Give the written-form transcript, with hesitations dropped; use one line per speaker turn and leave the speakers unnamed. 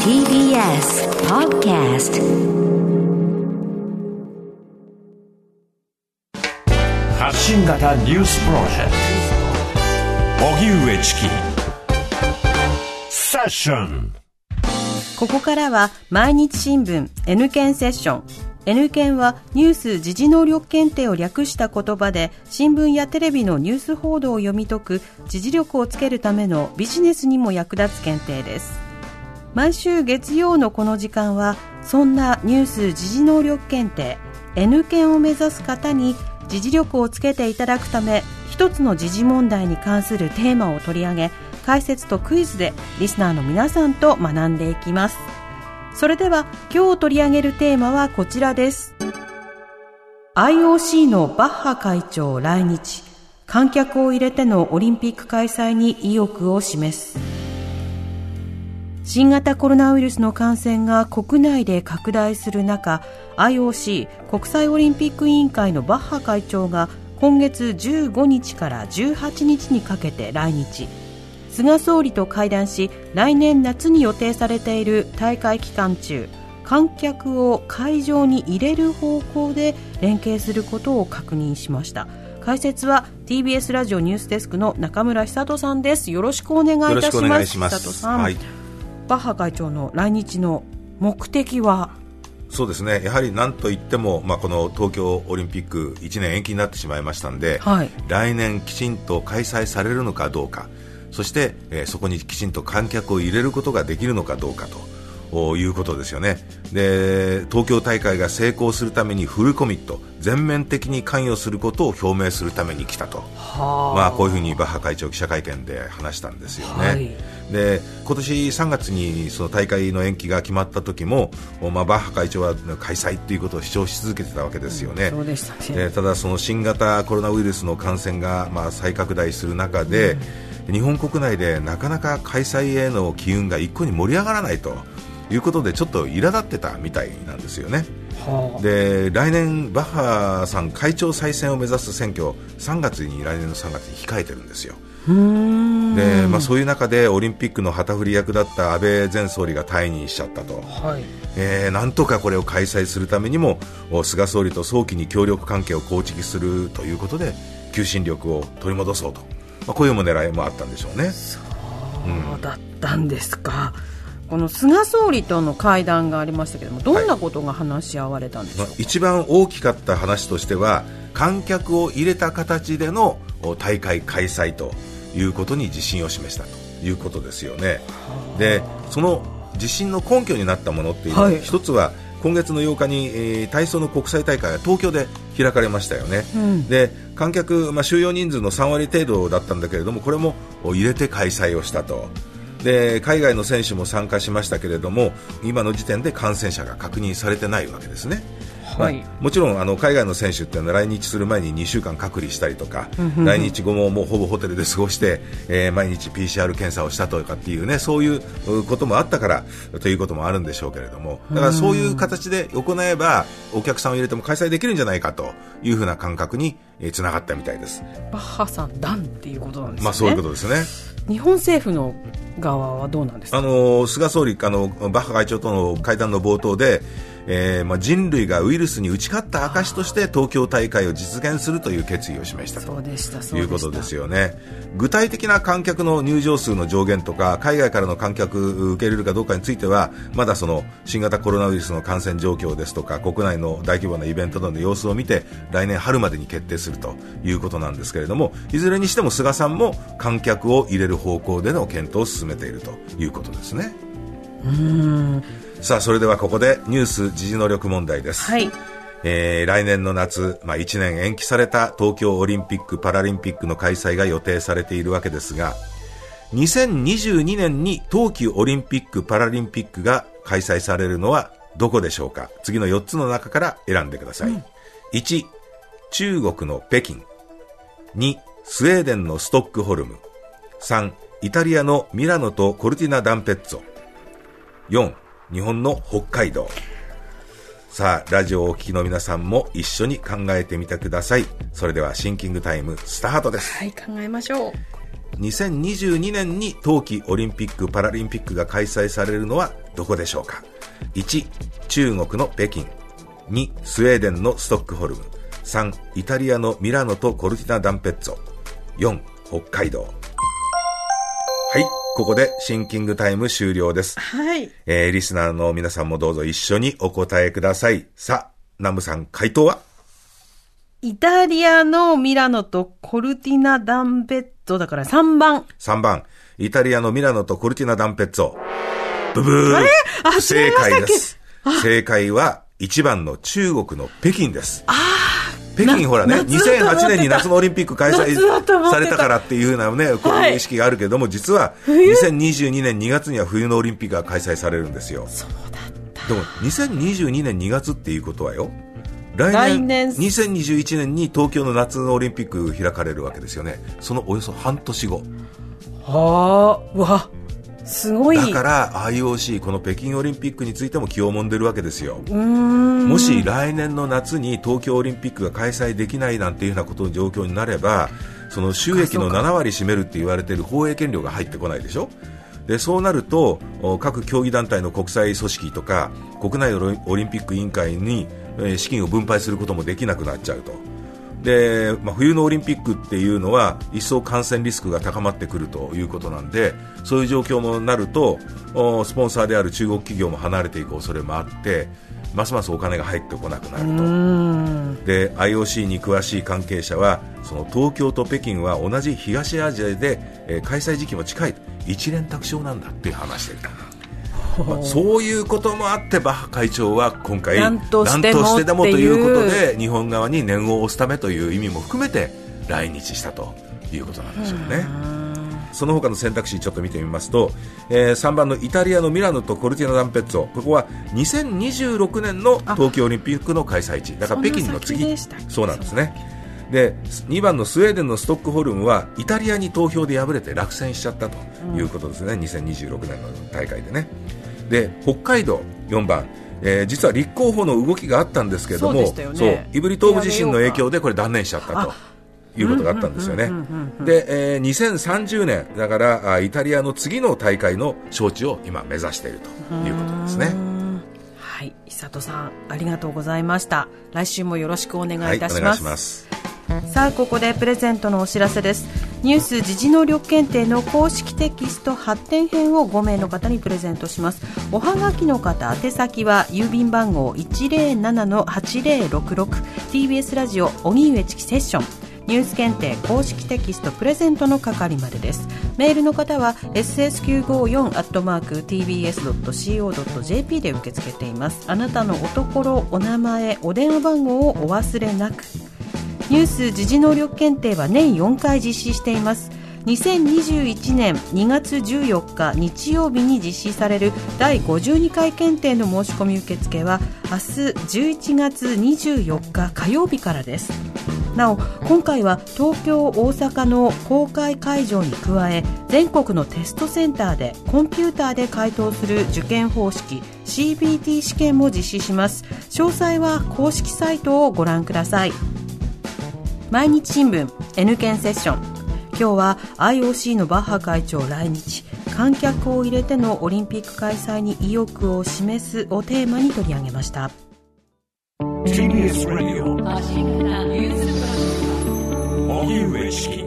TBS Podcast
発信型ニュースプロジェクト荻上チキセッション。
ここからは毎日新聞 N 検セッション。N 検はニュース時事能力検定を略した言葉で、新聞やテレビのニュース報道を読み解く時事力をつけるためのビジネスにも役立つ検定です。毎週月曜のこの時間は、そんなニュース時事能力検定 N 検を目指す方に時事力をつけていただくため、一つの時事問題に関するテーマを取り上げ、解説とクイズでリスナーの皆さんと学んでいきます。それでは今日取り上げるテーマはこちらです。 IOC のバッハ会長来日、観客を入れてのオリンピック開催に意欲を示す。新型コロナウイルスの感染が国内で拡大する中、 IOC 国際オリンピック委員会のバッハ会長が今月15日から18日にかけて来日、菅総理と会談し、来年夏に予定されている大会期間中、観客を会場に入れる方向で連携することを確認しました。解説は TBS ラジオニュースデスクの中村久人さんです。よろしくお願いいたします。
よろしくお願いします。
久人さん、
はい、
バッハ会長の来日の目的は？
そうですね、やはり何といっても、この東京オリンピック1年延期になってしまいましたので、
はい、
来年きちんと開催されるのかどうか、そして、そこにきちんと観客を入れることができるのかどうかということですよね。で、東京大会が成功するためにフルコミット、全面的に関与することを表明するために来たと、こういうふうにバッハ会長記者会見で話したんですよね。はい、で、今年3月にその大会の延期が決まった時も、バッハ会長は開催ということを主張し続けてたわけですよね。
そうでしたね。
ただその新型コロナウイルスの感染が再拡大する中で、日本国内でなかなか開催への機運が一向に盛り上がらないということで、ちょっと苛立ってたみたいなんですよね。で、来年バッハさん会長再選を目指す選挙、来年の3月に控えてるんですよ。で、そういう中でオリンピックの旗振り役だった安倍前総理が退任しちゃったと、はい、なんとかこれを開催するためにも菅総理と早期に協力関係を構築するということで、求心力を取り戻そうと、こういう狙いもあったんでしょうね。
そうだったんですか。この菅総理との会談がありましたけども、どんなことが話し合われたんでしょうか？
一番大きかった話としては、観客を入れた形での大会開催ということに自信を示したということですよね。で、その自信の根拠になったものっていうのは、一つは今月の8日に、体操の国際大会が東京で開かれましたよね。で、観客、収容人数の3割程度だったんだけれども、これも入れて開催をしたと。で、海外の選手も参加しましたけれども、今の時点で感染者が確認されてないわけですね。もちろん海外の選手っていうのは来日する前に2週間隔離したりとか、来日後ももうほぼホテルで過ごして、毎日 PCR 検査をしたとかっていうね、そういうこともあったからということもあるんでしょうけれども、だからそういう形で行えばお客さんを入れても開催できるんじゃないかというふうな感覚につながったみたいです。
バッハさん団っていうことなんですね。
そういうことですね。
日本政府の側はどうなんですか？
菅総理、バッハ会長との会談の冒頭で、人類がウイルスに打ち勝った証として東京大会を実現するという決意を示したということですよね。具体的な観客の入場数の上限とか、海外からの観客受け入れるかどうかについては、まだその新型コロナウイルスの感染状況ですとか、国内の大規模なイベントなどの様子を見て来年春までに決定するということなんですけれども、いずれにしても菅さんも観客を入れる方向での検討を進めているということですね。さあ、それではここでニュース時事能力問題です。
はい。
来年の夏、1年延期された東京オリンピック・パラリンピックの開催が予定されているわけですが、2022年に冬季オリンピック・パラリンピックが開催されるのはどこでしょうか？次の4つの中から選んでください。1、中国の北京。2、スウェーデンのストックホルム。3、イタリアのミラノとコルティナダンペッツォ。4、日本の北海道。さあ、ラジオをお聞きの皆さんも一緒に考えてみてください。それではシンキングタイムスタートです。
はい、考えましょう。
2022年に冬季オリンピック・パラリンピックが開催されるのはどこでしょうか。1、中国の北京。2、スウェーデンのストックホルム。3、イタリアのミラノとコルティナダンペッツォ。4、北海道。はい、ここでシンキングタイム終了です。
はい。
リスナーの皆さんもどうぞ一緒にお答えください。さあ、南部さん、回答は？
イタリアのミラノとコルティナダンペッツォだから3番。
3番、イタリアのミラノとコルティナダンペッツォ。ブブー。不正解です。正解は1番の中国の北京です。北京ほらね、2008年に夏のオリンピック開催されたからっていうふうなね、こういう意識があるけども、実は2022年2月には冬のオリンピックが開催されるんですよ。
そうだった。
でも2022年2月っていうことはよ、来年2021年に東京の夏のオリンピック開かれるわけですよね。そのおよそ半年後。
はあ、うわ、すごい。
だから IOC この北京オリンピックについても気をもんでるわけですよ。もし来年の夏に東京オリンピックが開催できないなんていうようなことの状況になれば、その収益の7割占めるって言われている放映権料が入ってこないでしょ。でそうなると各競技団体の国際組織とか国内のオリンピック委員会に資金を分配することもできなくなっちゃうと。で、冬のオリンピックっていうのは一層感染リスクが高まってくるということなんで、そういう状況もなるとスポンサーである中国企業も離れていく恐れもあって、ますますお金が入ってこなくなると。で IOC に詳しい関係者は、その東京と北京は同じ東アジアで、開催時期も近い、一蓮托生なんだって話していた。そういうこともあってバッハ会長は今回何としてでもということで日本側に念を押すためという意味も含めて来日したということなんでしょうね。その他の選択肢ちょっと見てみますと、3番のイタリアのミラノとコルティナダンペッツォ、ここは2026年の冬季オリンピックの開催地だから北京の次。そうなんですね。で2番のスウェーデンのストックホルムはイタリアに投票で敗れて落選しちゃったということですね、2026年の大会でね。で北海道4番、実は立候補の動きがあったんですけれども、そう胆振東部地震の影響でこれ断念しちゃったということがあったんですよね。で、2030年だからイタリアの次の大会の招致を今目指しているということですね。
はい、久人さんありがとうございました。来週もよろしくお願いいたします。
はい、お願いします。
さあここでプレゼントのお知らせです。ニュース時事能力検定の公式テキスト発展編を5名の方にプレゼントします。おはがきの方、宛先は郵便番号 107-8066 TBS ラジオ荻上チキセッションニュース検定公式テキストプレゼントの係までです。メールの方は ss954@tbs.co.jp で受け付けています。あなたのおところ、お名前、お電話番号をお忘れなく。ニュース時事能力検定は年4回実施しています。2021年2月14日日曜日に実施される第52回検定の申し込み受付は明日11月24日火曜日からです。なお今回は東京大阪の公開会場に加え、全国のテストセンターでコンピューターで回答する受験方式 CBT 試験も実施します。詳細は公式サイトをご覧ください。毎日新聞 N 検セッション、今日は IOC のバッハ会長来日、観客を入れてのオリンピック開催に意欲を示すをテーマに取り上げました。
TBS ラジオ荻上チキ